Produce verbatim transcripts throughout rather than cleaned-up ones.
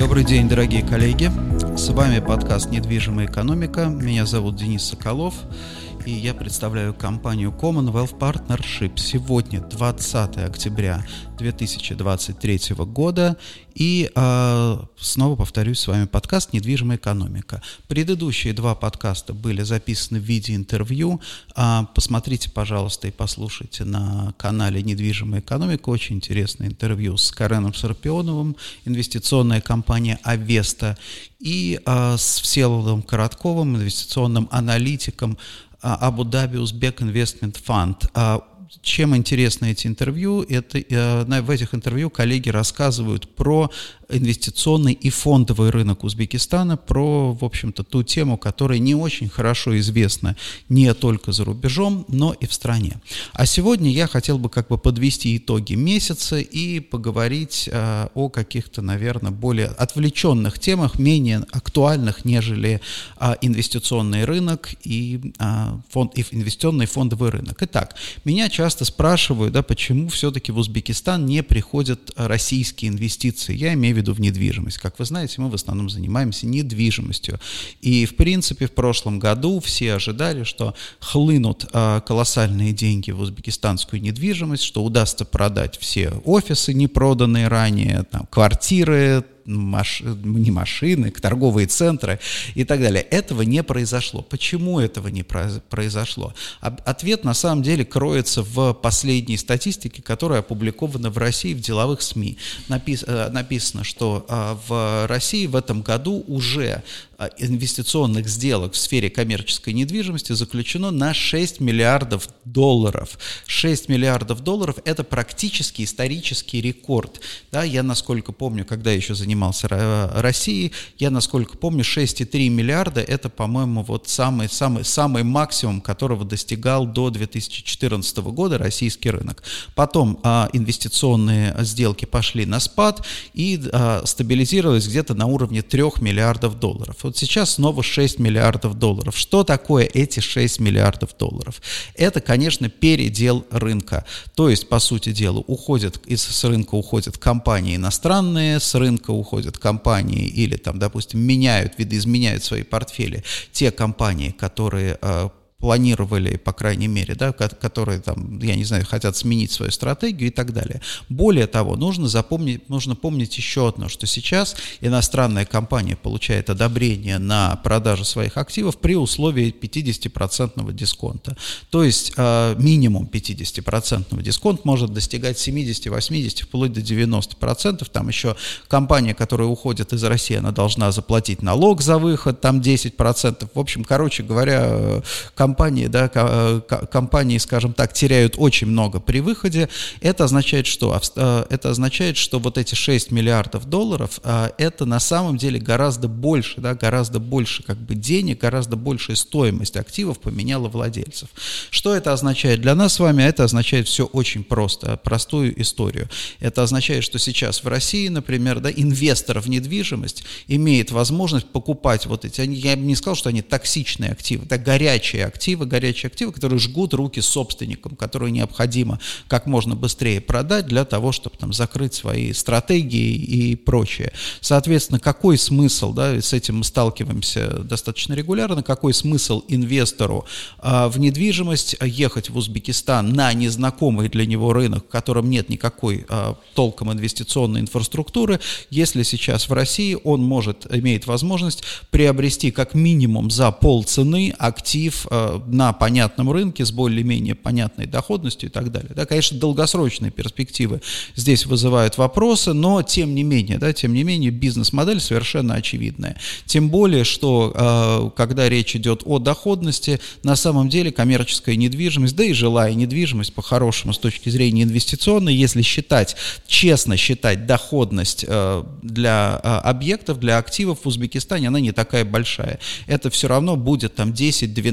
Добрый день, дорогие коллеги. С вами подкаст «Недвижимая экономика». Меня зовут Денис Соколов, и я представляю компанию Commonwealth Partnership. Сегодня двадцатое октября две тысячи двадцать третьего года, и э, снова повторюсь, с вами подкаст «Недвижимая экономика». Предыдущие два подкаста были записаны в виде интервью. Э, посмотрите, пожалуйста, и послушайте на канале «Недвижимая экономика». Очень интересное интервью с Кареном Сарпионовым, инвестиционная компания «Авеста», и э, с Всеволодом Коротковым, инвестиционным аналитиком Abu Dhabi Uzbek Investment Fund. Чем интересны эти интервью? Это, в этих интервью коллеги рассказывают про инвестиционный и фондовый рынок Узбекистана, про, в общем-то, ту тему, которая не очень хорошо известна не только за рубежом, но и в стране. А сегодня я хотел бы как бы подвести итоги месяца и поговорить э, о каких-то, наверное, более отвлеченных темах, менее актуальных, нежели э, инвестиционный рынок и, э, фонд, и инвестиционный фондовый рынок. Итак, меня часто спрашивают, да, почему все-таки в Узбекистан не приходят российские инвестиции. Я имею в виду в недвижимость. Как вы знаете, мы в основном занимаемся недвижимостью. И, в принципе, в прошлом году все ожидали, что хлынут а, колоссальные деньги в узбекистанскую недвижимость, что удастся продать все офисы, не проданные ранее, там, квартиры, Маш... не машины, торговые центры и так далее. Этого не произошло. Почему этого не произошло? Ответ на самом деле кроется в последней статистике, которая опубликована в России в деловых СМИ. Напис... Написано, что в России в этом году уже инвестиционных сделок в сфере коммерческой недвижимости заключено на шесть миллиардов долларов. шесть миллиардов долларов – это практически исторический рекорд. Да, я, насколько помню, когда еще занимался Россией, я, насколько помню, шесть целых три миллиарда – это, по-моему, вот самый, самый, самый максимум, которого достигал до две тысячи четырнадцатого года российский рынок. Потом а, инвестиционные сделки пошли на спад и а, стабилизировались где-то на уровне трех миллиардов долларов. Вот сейчас снова шесть миллиардов долларов. Что такое эти шесть миллиардов долларов? Это, конечно, передел рынка. То есть, по сути дела, уходят, из с рынка уходят компании иностранные, с рынка уходят компании или, там, допустим, меняют, видоизменяют свои портфели те компании, которые планировали, по крайней мере, да, которые, там, я не знаю, хотят сменить свою стратегию и так далее. Более того, нужно запомнить, нужно помнить еще одно, что сейчас иностранная компания получает одобрение на продажу своих активов при условии пятидесятипроцентного дисконта. То есть э, минимум пятидесятипроцентного дисконт может достигать семьдесят-восемьдесят, вплоть до девяноста процентов. Там еще компания, которая уходит из России, она должна заплатить налог за выход, там десять процентов. В общем, короче говоря, компания Компании, да, компании, скажем так, теряют очень много при выходе. Это означает что? Это означает, что вот эти шесть миллиардов долларов, это на самом деле гораздо больше, да, гораздо больше как бы денег, гораздо большая стоимость активов поменяла владельцев. Что это означает для нас с вами? Это означает все очень просто, простую историю. Это означает, что сейчас в России, например, да, инвестор в недвижимость имеет возможность покупать вот эти, я бы не сказал, что они токсичные активы, это горячие активы, активы, горячие активы, которые жгут руки собственникам, которые необходимо как можно быстрее продать для того, чтобы там закрыть свои стратегии и прочее. Соответственно, какой смысл, да, с этим мы сталкиваемся достаточно регулярно, какой смысл инвестору а, в недвижимость ехать в Узбекистан на незнакомый для него рынок, в котором нет никакой а, толком инвестиционной инфраструктуры, если сейчас в России он может, имеет возможность приобрести как минимум за полцены актив а, на понятном рынке с более-менее понятной доходностью и так далее. Да, конечно, долгосрочные перспективы здесь вызывают вопросы, но тем не менее, да, тем не менее бизнес-модель совершенно очевидная. Тем более, что э, когда речь идет о доходности, на самом деле коммерческая недвижимость, да и жилая недвижимость по-хорошему с точки зрения инвестиционной, если считать, честно считать доходность э, для э, объектов, для активов в Узбекистане, она не такая большая. Это все равно будет там десять, двенадцать,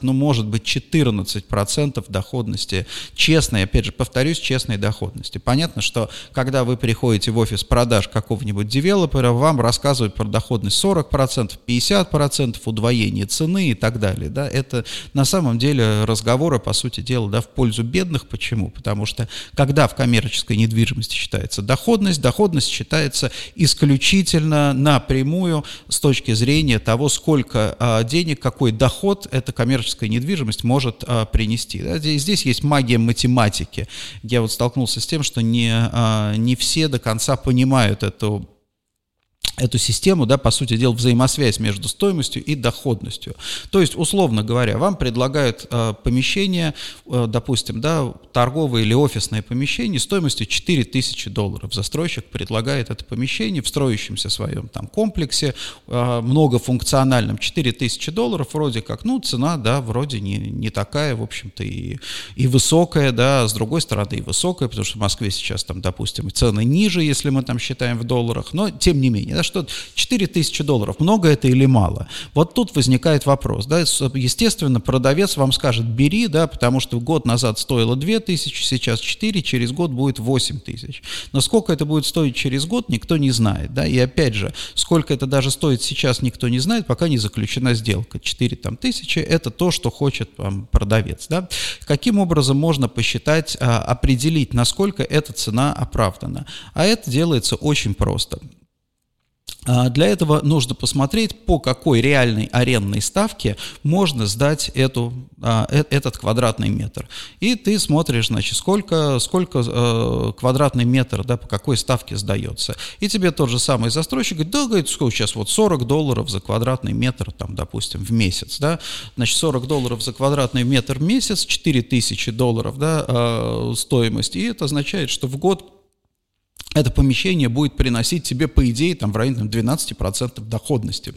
ну, может быть, четырнадцать процентов доходности, честной, опять же, повторюсь, честной доходности. Понятно, что когда вы приходите в офис продаж какого-нибудь девелопера, вам рассказывают про доходность сорок процентов, пятьдесят процентов, удвоение цены и так далее. Да? Это на самом деле разговоры, по сути дела, да, в пользу бедных. Почему? Потому что когда в коммерческой недвижимости считается доходность, доходность считается исключительно напрямую с точки зрения того, сколько а, денег, какой доход эта коммерческая недвижимость может а, принести. Да? Здесь, здесь есть магия математики. Я вот столкнулся с тем, что не, а, не все до конца понимают эту эту систему, да, по сути дела, взаимосвязь между стоимостью и доходностью. То есть, условно говоря, вам предлагают э, помещение, э, допустим, да, торговое или офисное помещение стоимостью четыре тысячи долларов. Застройщик предлагает это помещение в строящемся своем там комплексе, э, многофункциональном, четыре тысячи долларов, вроде как, ну, цена, да, вроде не, не такая, в общем-то, и, и высокая, да, а с другой стороны и высокая, потому что в Москве сейчас там, допустим, цены ниже, если мы там считаем в долларах, но тем не менее, да, что четыре тысячи долларов, много это или мало? Вот тут возникает вопрос, да, естественно, продавец вам скажет, бери, да, потому что год назад стоило две тысячи, сейчас четыре, через год будет восемь тысяч. Но сколько это будет стоить через год, никто не знает, да, и опять же, сколько это даже стоит сейчас, никто не знает, пока не заключена сделка. четыре там, тысячи – это то, что хочет вам продавец, да. Каким образом можно посчитать, а, определить, насколько эта цена оправдана? А это делается очень просто. Для этого нужно посмотреть, по какой реальной арендной ставке можно сдать эту, этот квадратный метр. И ты смотришь, значит, сколько, сколько квадратный метр, да, по какой ставке сдается. И тебе тот же самый застройщик говорит, да, говорит, сколько сейчас, вот сорок долларов за квадратный метр, там, допустим, в месяц, да, значит, сорок долларов за квадратный метр в месяц, четыре тысячи долларов, да, стоимость, и это означает, что в год это помещение будет приносить тебе, по идее, там, в районе там, двенадцать процентов доходности.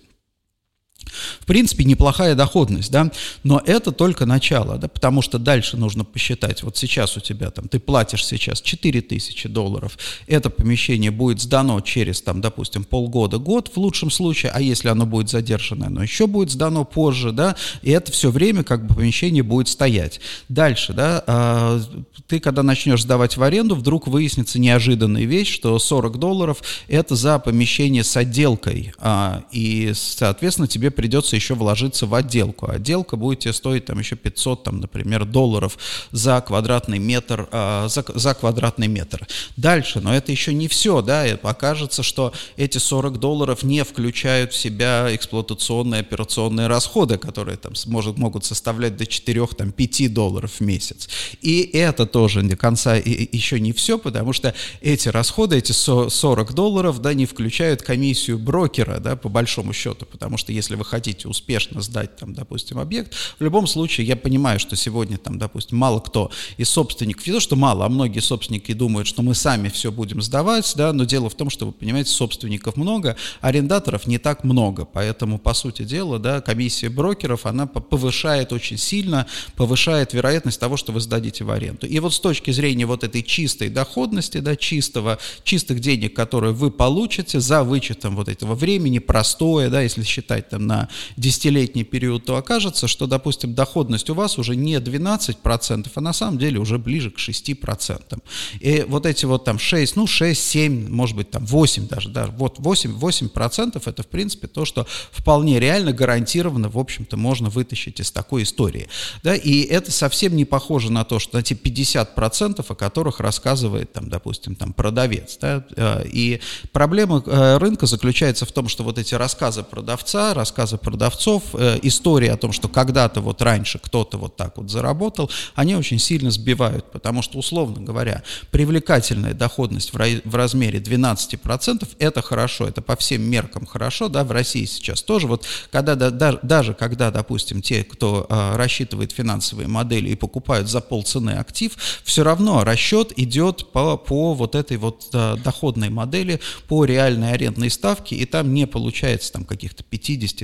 В принципе, неплохая доходность, да, но это только начало, да, потому что дальше нужно посчитать, вот сейчас у тебя там, ты платишь сейчас четыре тысячи долларов, это помещение будет сдано через, там, допустим, полгода, год в лучшем случае, а если оно будет задержано, оно еще будет сдано позже, да, и это все время как бы помещение будет стоять. Дальше, да, э, ты когда начнешь сдавать в аренду, вдруг выяснится неожиданная вещь, что сорок долларов это за помещение с отделкой, э, и, соответственно, тебе придется еще вложиться в отделку. Отделка будет тебе стоить там еще пятьсот, там, например, долларов за квадратный метр, э, за, за квадратный метр. Дальше, но это еще не все, да, и окажется, что эти сорок долларов не включают в себя эксплуатационные операционные расходы, которые там может, могут составлять до четыре-пять долларов в месяц. И это тоже до конца и, еще не все, потому что эти расходы, эти сорок долларов, да, не включают комиссию брокера, да, по большому счету, потому что если вы хотите успешно сдать, там, допустим, объект, в любом случае, я понимаю, что сегодня, там, допустим, мало кто из собственников, не то, что мало, а многие собственники думают, что мы сами все будем сдавать, да, но дело в том, что, вы понимаете, собственников много, арендаторов не так много, поэтому, по сути дела, да, комиссия брокеров, она повышает очень сильно, повышает вероятность того, что вы сдадите в аренду. И вот с точки зрения вот этой чистой доходности, да, чистого, чистых денег, которые вы получите за вычетом вот этого времени, простое, да, если считать там на десятилетний период, то окажется, что, допустим, доходность у вас уже не двенадцать процентов, а на самом деле уже ближе к шести процентам. И вот эти вот там шесть, ну шесть, семь, может быть там восемь даже, да, вот восемь процентов это, в принципе, то, что вполне реально, гарантированно, в общем-то, можно вытащить из такой истории. Да, и это совсем не похоже на то, что на те пятьдесят процентов, о которых рассказывает, там, допустим, там, продавец. Да, и проблема рынка заключается в том, что вот эти рассказы продавца, рассказы продавцов, э, истории о том, что когда-то вот раньше кто-то вот так вот заработал, они очень сильно сбивают, потому что, условно говоря, привлекательная доходность в, ра- в размере двенадцать процентов это хорошо, это по всем меркам хорошо, да, в России сейчас тоже, вот когда, да, да, даже когда, допустим, те, кто э, рассчитывает финансовые модели и покупают за полцены актив, все равно расчет идет по, по вот этой вот э, доходной модели, по реальной арендной ставке, и там не получается там каких-то пятьдесят, там,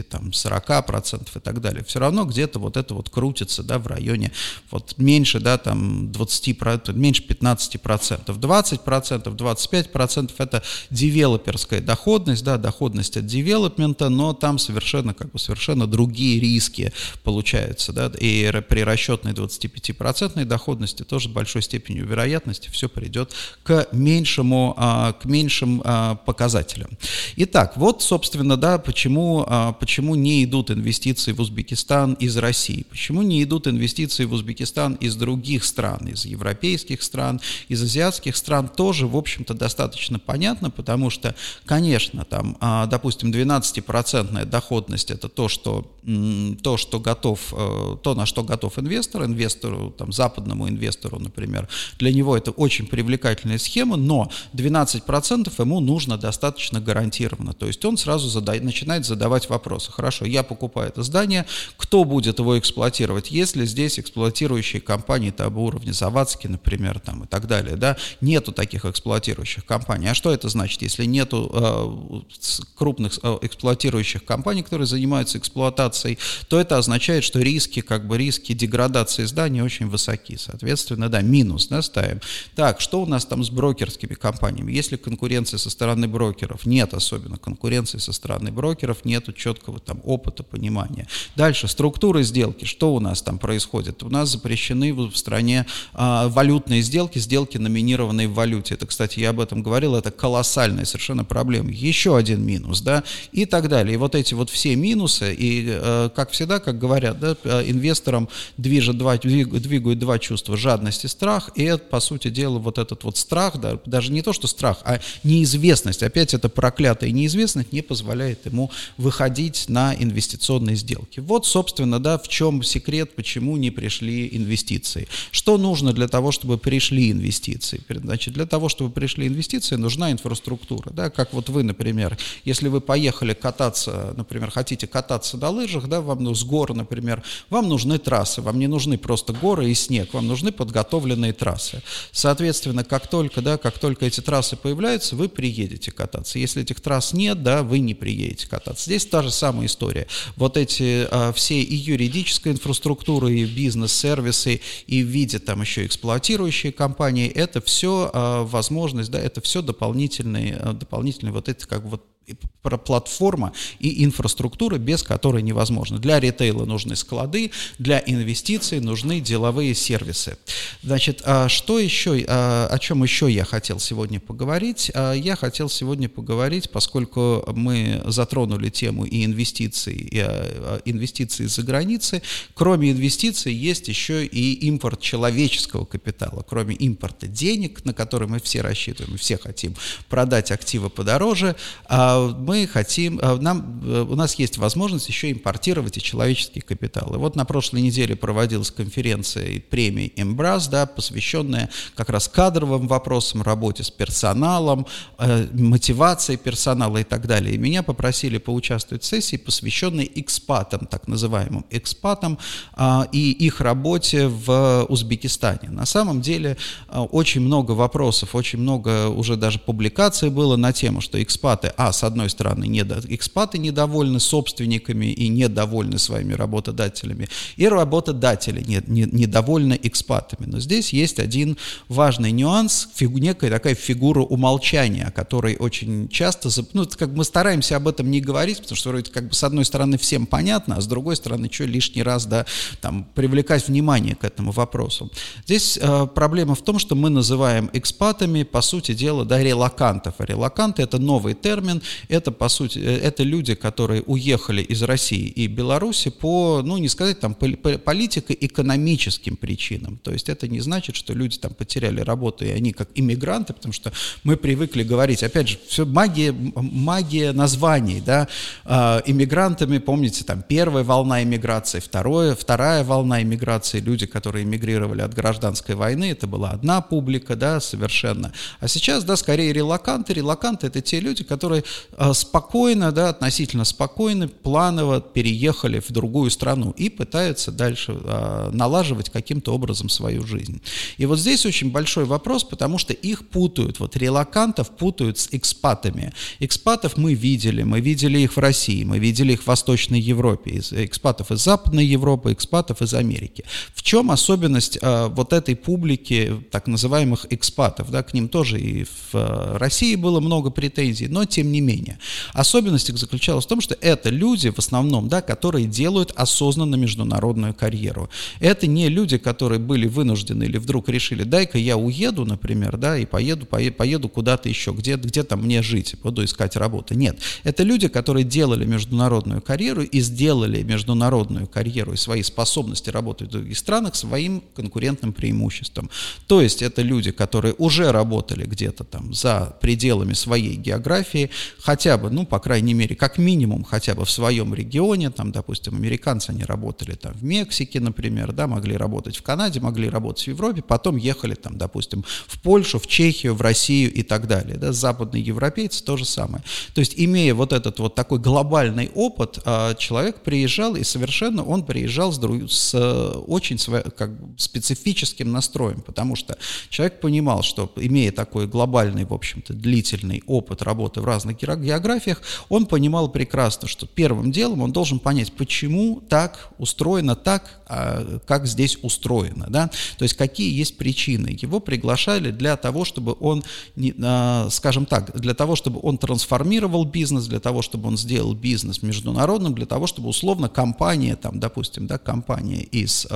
сорок процентов и так далее. Все равно где-то вот это вот крутится, да, в районе вот меньше, да, там двадцать процентов, меньше пятнадцать процентов, двадцать процентов, двадцать пять процентов это девелоперская доходность, да, доходность от девелопмента, но там совершенно, как бы, совершенно другие риски получаются, да, и при расчетной двадцатипятипроцентной доходности тоже с большой степенью вероятности все придет к меньшему, к меньшим показателям. Итак, вот, собственно, да, почему, почему не идут инвестиции в Узбекистан из России, почему не идут инвестиции в Узбекистан из других стран, из европейских стран, из азиатских стран, тоже, в общем-то, достаточно понятно, потому что, конечно, там, допустим, двенадцатипроцентная доходность – это то, что, то, что готов, то, на что готов инвестор, инвестору, там, западному инвестору, например, для него это очень привлекательная схема, но двенадцать процентов ему нужно достаточно гарантированно, то есть он сразу зада... начинает задавать вопросы. Хорошо, я покупаю это здание, кто будет его эксплуатировать, если здесь эксплуатирующие компании того уровня Завадский, например, там, и так далее, да, нету таких эксплуатирующих компаний. А что это значит, если нету э, крупных э, эксплуатирующих компаний, которые занимаются эксплуатацией, то это означает, что риски, как бы риски деградации зданий очень высоки, соответственно, да, минус, да, ставим. Так, что у нас там с брокерскими компаниями? Есть ли конкуренция со стороны брокеров? Нет особенно конкуренции со стороны брокеров, нету четкого там опыта, понимания. Дальше, структуры сделки, что у нас там происходит? У нас запрещены в стране а, валютные сделки, сделки, номинированные в валюте. Это, кстати, я об этом говорил, это колоссальная совершенно проблема. Еще один минус, да, и так далее. И вот эти вот все минусы, и, э, как всегда, как говорят, да, инвесторам движет два, двигают два чувства: жадность и страх, и это, по сути дела, вот этот вот страх, да, даже не то, что страх, а неизвестность, опять эта проклятая неизвестность не позволяет ему выходить на инвестиционные сделки. Вот, собственно, да, в чем секрет, почему не пришли инвестиции. Что нужно для того, чтобы пришли инвестиции? Значит, для того, чтобы пришли инвестиции, нужна инфраструктура, да, как вот вы, например, если вы поехали кататься, например, хотите кататься на лыжах, да, вам ну, с гор, например, вам нужны трассы, вам не нужны просто горы и снег, вам нужны подготовленные трассы. Соответственно, как только, да, как только эти трассы появляются, вы приедете кататься. Если этих трасс нет, да, вы не приедете кататься. Здесь та же самая история. Вот эти а, все и юридическая инфраструктура, и бизнес-сервисы, и в виде там еще эксплуатирующие компании, это все а, возможность, да, это все дополнительные, а, дополнительные вот эти как вот платформа и инфраструктура, без которой невозможно. Для ритейла нужны склады, для инвестиций нужны деловые сервисы. Значит, что еще, о чем еще я хотел сегодня поговорить? Я хотел сегодня поговорить, поскольку мы затронули тему и инвестиций, и инвестиций из-за границы, кроме инвестиций есть еще и импорт человеческого капитала. Кроме импорта денег, на который мы все рассчитываем, мы все хотим продать активы подороже, мы хотим, нам, у нас есть возможность еще импортировать и человеческий капитал. И вот на прошлой неделе проводилась конференция премии Embrace, да, посвященная как раз кадровым вопросам, работе с персоналом, мотивации персонала и так далее. И меня попросили поучаствовать в сессии, посвященной экспатам, так называемым экспатам, и их работе в Узбекистане. На самом деле очень много вопросов, очень много уже даже публикаций было на тему, что экспаты, а, с одной стороны, недо... экспаты недовольны собственниками и недовольны своими работодателями, и работодатели не... Не... недовольны экспатами. Но здесь есть один важный нюанс, фигу... некая такая фигура умолчания, о которой очень часто, ну, как бы мы стараемся об этом не говорить, потому что вроде как бы с одной стороны всем понятно, а с другой стороны, что лишний раз, да, там, привлекать внимание к этому вопросу. Здесь э, проблема в том, что мы называем экспатами, по сути дела, да, релокантов. А релоканты — это новый термин. Это, по сути, это люди, которые уехали из России и Беларуси по, ну, не сказать, там, политико-экономическим причинам. То есть это не значит, что люди там потеряли работу, и они как иммигранты, потому что мы привыкли говорить, опять же, все магия, магия названий, да, иммигрантами, помните, там, первая волна иммиграции, второе, вторая волна иммиграции, люди, которые эмигрировали от гражданской войны, это была одна публика, да, совершенно. А сейчас, да, скорее релоканты. Релоканты — это те люди, которые спокойно, да, относительно спокойно, планово переехали в другую страну и пытаются дальше налаживать каким-то образом свою жизнь. И вот здесь очень большой вопрос, потому что их путают, вот релокантов путают с экспатами. Экспатов мы видели, мы видели их в России, мы видели их в Восточной Европе, экспатов из Западной Европы, экспатов из Америки. В чем особенность а, вот этой публики, так называемых экспатов? Да, к ним тоже и в России было много претензий, но тем не менее. Особенность их заключалась в том, что это люди в основном, да, которые делают осознанно международную карьеру. Это не люди, которые были вынуждены или вдруг решили, дай-ка я уеду, например, да, и поеду, поеду, поеду куда-то еще, где, где там мне жить, буду искать работу. Нет, это люди, которые делали международную карьеру и сделали международную карьеру и свои способности работать в других странах своим конкурентным преимуществом. То есть это люди, которые уже работали где-то там за пределами своей географии, хотя бы, ну, по крайней мере, как минимум, хотя бы в своем регионе, там, допустим, американцы, они работали там в Мексике, например, да, могли работать в Канаде, могли работать в Европе, потом ехали там, допустим, в Польшу, в Чехию, в Россию и так далее, да, западные европейцы то же самое. То есть, имея вот этот вот такой глобальный опыт, человек приезжал, и совершенно он приезжал с, друг, с очень как бы специфическим настроем, потому что человек понимал, что, имея такой глобальный, в общем-то, длительный опыт работы в разных географиях, он понимал прекрасно, что первым делом он должен понять, почему так устроено так, как здесь устроено, да? То есть какие есть причины. Его приглашали для того, чтобы он, скажем так, для того, чтобы он трансформировал бизнес, для того, чтобы он сделал бизнес международным, для того, чтобы условно компания, там, допустим, да, компания из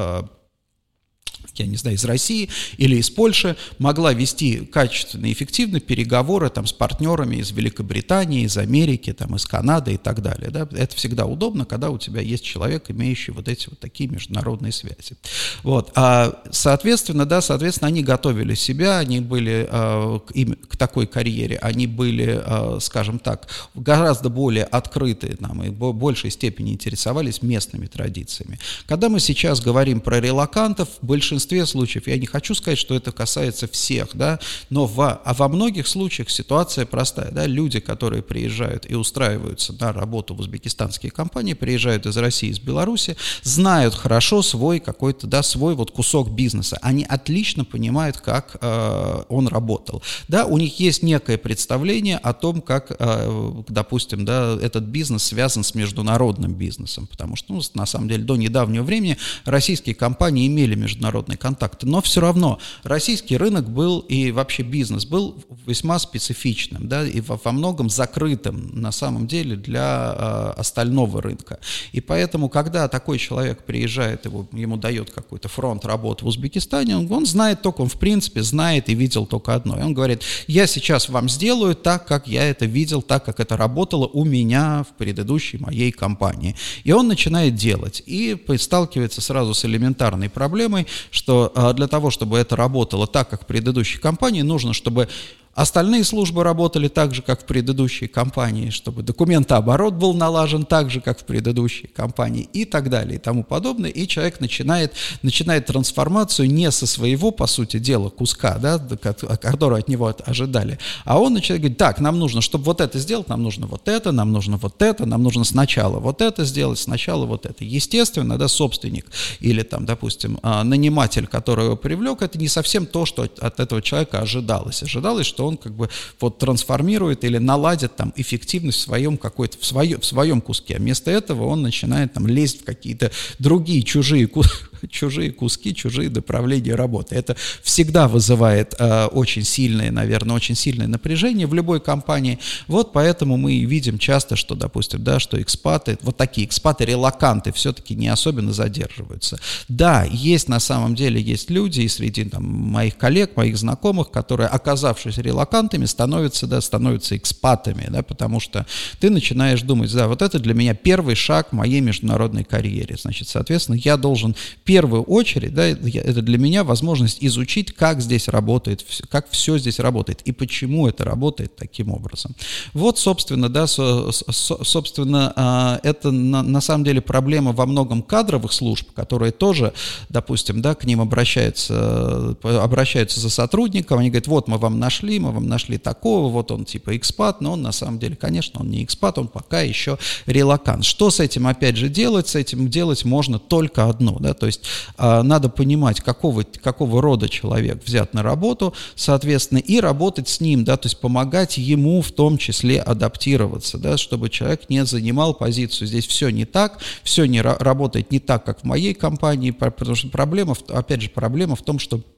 я не знаю, из России или из Польши, могла вести качественно и эффективно переговоры там, с партнерами из Великобритании, из Америки, там, из Канады и так далее. Да? Это всегда удобно, когда у тебя есть человек, имеющий вот эти вот такие международные связи. Вот. А, соответственно, да, соответственно, они готовили себя, они были а, к, им, к такой карьере, они были, а, скажем так, гораздо более открыты нам, и в большей степени интересовались местными традициями. Когда мы сейчас говорим про релокантов, в большинстве случаев, я не хочу сказать, что это касается всех, да, но во, а во многих случаях ситуация простая, да, люди, которые приезжают и устраиваются на работу в узбекистанские компании, приезжают из России, из Беларуси, знают хорошо свой какой-то, да, свой вот кусок бизнеса, они отлично понимают, как э, он работал, да, у них есть некое представление о том, как, э, допустим, да, этот бизнес связан с международным бизнесом, потому что, ну, на самом деле, до недавнего времени российские компании имели международные контакты, но все равно российский рынок был и вообще бизнес был весьма специфичным, да, и во, во многом закрытым на самом деле для э, остального рынка. И поэтому, когда такой человек приезжает, его, ему дает какой-то фронт работы в Узбекистане, он, он знает только, он в принципе знает и видел только одно. И он говорит, я сейчас вам сделаю так, как я это видел, так, как это работало у меня в предыдущей моей компании. И он начинает делать и сталкивается сразу с элементарной проблемой, что для того, чтобы это работало так, как в предыдущей компании, нужно, чтобы остальные службы работали так же, как в предыдущей компании, чтобы документооборот был налажен так же, как в предыдущей компании и так далее и тому подобное. И человек начинает, начинает трансформацию не со своего, по сути дела, куска, да, который от него ожидали, а он начинает говорить, так, нам нужно, чтобы вот это сделать, нам нужно вот это, нам нужно вот это, нам нужно сначала вот это сделать, сначала вот это. Естественно, да, собственник или там, допустим, наниматель, который его привлек, это не совсем то, что от этого человека ожидалось. Ожидалось, что он как бы вот трансформирует или наладит там эффективность в своем какой-то, в, свое, в своем куске. А вместо этого он начинает там лезть в какие-то другие чужие куски, чужие куски, чужие направления работы. Это всегда вызывает э, очень сильное, наверное, очень сильное напряжение в любой компании. Вот поэтому мы и видим часто, что, допустим, да, что экспаты, вот такие экспаты-релоканты все-таки не особенно задерживаются. Да, есть на самом деле, есть люди и среди там, моих коллег, моих знакомых, которые, оказавшись релокантами, становятся, да, становятся экспатами, да, потому что ты начинаешь думать, да, вот это для меня первый шаг в моей международной карьере. Значит, соответственно, я должен первую очередь, да, это для меня возможность изучить, как здесь работает, как все здесь работает и почему это работает таким образом. Вот, собственно, да, со, со, собственно, это на, на самом деле проблема во многом кадровых служб, которые тоже, допустим, да, к ним обращаются, обращаются за сотрудником, они говорят, вот мы вам нашли, мы вам нашли такого, вот он типа экспат, но он на самом деле, конечно, он не экспат, он пока еще релокант. Что с этим опять же делать? С этим делать можно только одно, да, то есть э, надо понимать, какого, какого рода человек взят на работу, соответственно, и работать с ним, да, то есть помогать ему в том числе адаптироваться, да, чтобы человек не занимал позицию, здесь все не так, все не ра- работает не так, как в моей компании, потому что проблема, опять же, проблема в том, что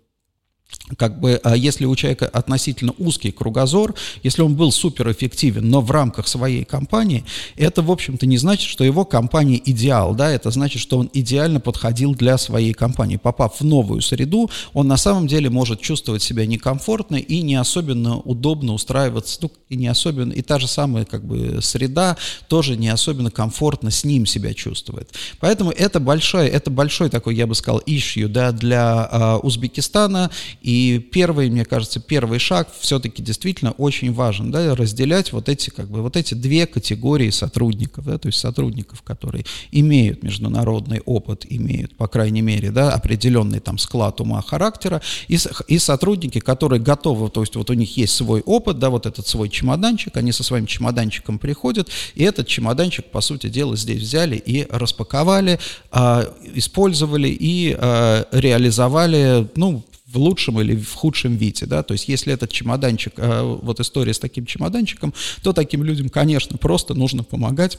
как бы, если у человека относительно узкий кругозор, если он был суперэффективен, но в рамках своей компании, это, в общем-то, не значит, что его компания идеал, да, это значит, что он идеально подходил для своей компании. Попав в новую среду, он на самом деле может чувствовать себя некомфортно и не особенно удобно устраиваться, ну, и не особенно, и та же самая, как бы, среда тоже не особенно комфортно с ним себя чувствует. Поэтому это большой, это большой такой, я бы сказал, issue, да, для а, Узбекистана. И первый, мне кажется, первый шаг все-таки действительно очень важен, да, разделять вот эти, как бы, вот эти две категории сотрудников, да, то есть сотрудников, которые имеют международный опыт, имеют, по крайней мере, да, определенный там склад ума, характера, и, и сотрудники, которые готовы, то есть вот у них есть свой опыт, да, вот этот свой чемоданчик, они со своим чемоданчиком приходят, и этот чемоданчик, по сути дела, здесь взяли и распаковали, э, использовали и э, реализовали, ну, в лучшем или в худшем виде, да, то есть если этот чемоданчик, э, вот история с таким чемоданчиком, то таким людям, конечно, просто нужно помогать.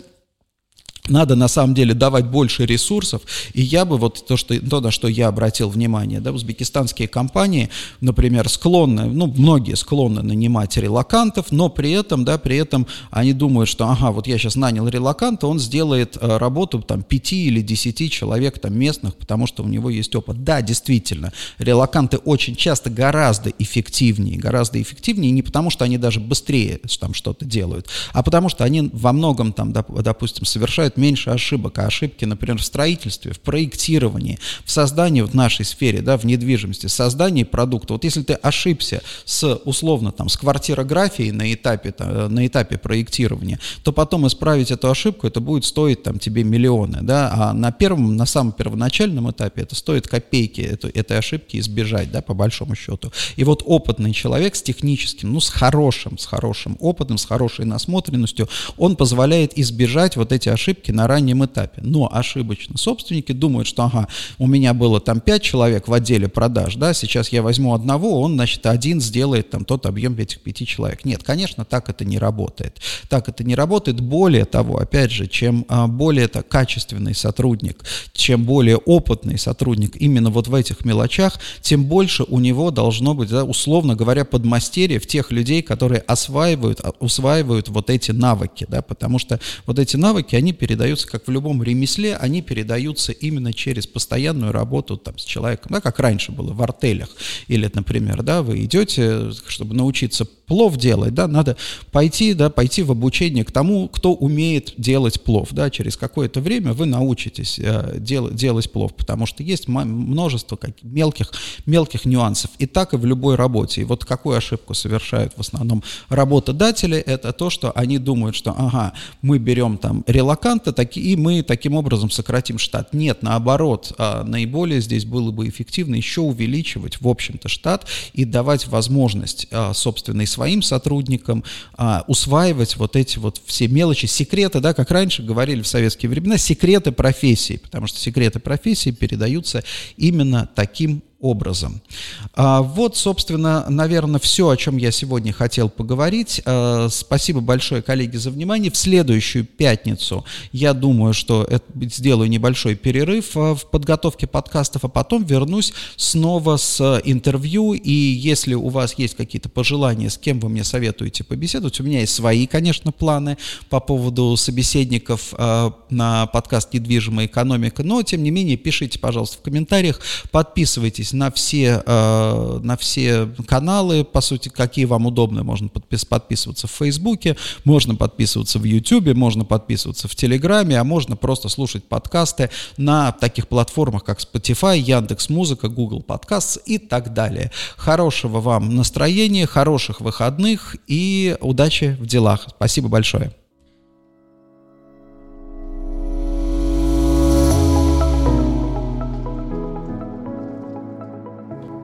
Надо на самом деле давать больше ресурсов, и я бы вот то, что, то, на что я обратил внимание, да, узбекистанские компании, например, склонны, ну, многие склонны нанимать релокантов, но при этом, да, при этом они думают, что, ага, вот я сейчас нанял релоканта, он сделает э, работу там пяти или десяти человек там местных, потому что у него есть опыт. Да, действительно, релоканты очень часто гораздо эффективнее, гораздо эффективнее не потому, что они даже быстрее там что-то делают, а потому что они во многом там, доп, допустим, совершают меньше ошибок, а ошибки, например, в строительстве, в проектировании, в создании, вот в нашей сфере, да, в недвижимости, в создании продукта. Вот если ты ошибся с, условно, там, с квартирографией на этапе, там, на этапе проектирования, то потом исправить эту ошибку, это будет стоить там тебе миллионы, да, а на первом, на самом первоначальном этапе это стоит копейки эту, этой ошибки избежать, да, по большому счету. И вот опытный человек с техническим, ну, с хорошим, с хорошим опытом, с хорошей насмотренностью, он позволяет избежать вот эти ошибки на раннем этапе. Но ошибочно собственники думают, что ага, у меня было там пять человек в отделе продаж, да, сейчас я возьму одного, он, значит, один сделает там тот объем этих пяти человек. Нет, конечно, так это не работает. Так это не работает. Более того, опять же, чем а, более -то качественный сотрудник, чем более опытный сотрудник именно вот в этих мелочах, тем больше у него должно быть, да, условно говоря, подмастерье в тех людей, которые осваивают, усваивают вот эти навыки, да, потому что вот эти навыки, они передаются, как в любом ремесле, они передаются именно через постоянную работу там, с человеком, да, как раньше было в артелях. Или, например, да, вы идете, чтобы научиться плов делать, да, надо пойти, да, пойти в обучение к тому, кто умеет делать плов, да, через какое-то время вы научитесь э, дел, делать плов, потому что есть множество каких, мелких, мелких нюансов, и так и в любой работе. И вот какую ошибку совершают в основном работодатели, это то, что они думают, что, ага, мы берем там релоканта, так, и мы таким образом сократим штат. Нет, наоборот, а, наиболее здесь было бы эффективно еще увеличивать, в общем-то, штат и давать возможность, а, собственно, и своим сотрудникам а, усваивать вот эти вот все мелочи, секреты, да, как раньше говорили в советские времена, секреты профессии, потому что секреты профессии передаются именно таким образом. А, вот, собственно, наверное, все, о чем я сегодня хотел поговорить. А, спасибо большое, коллеги, за внимание. В следующую пятницу, я думаю, что это, сделаю небольшой перерыв а, в подготовке подкастов, а потом вернусь снова с интервью. И если у вас есть какие-то пожелания, с кем вы мне советуете побеседовать, у меня есть свои, конечно, планы по поводу собеседников а, на подкаст «Недвижимая экономика», но, тем не менее, пишите, пожалуйста, в комментариях, подписывайтесь подписывайтесь на все, э, на все каналы, по сути, какие вам удобны. Можно подпис- подписываться в Фейсбуке, можно подписываться в Ютубе, можно подписываться в Телеграме, а можно просто слушать подкасты на таких платформах, как Spotify, Яндекс.Музыка, Google Podcasts и так далее. Хорошего вам настроения, хороших выходных и удачи в делах. Спасибо большое.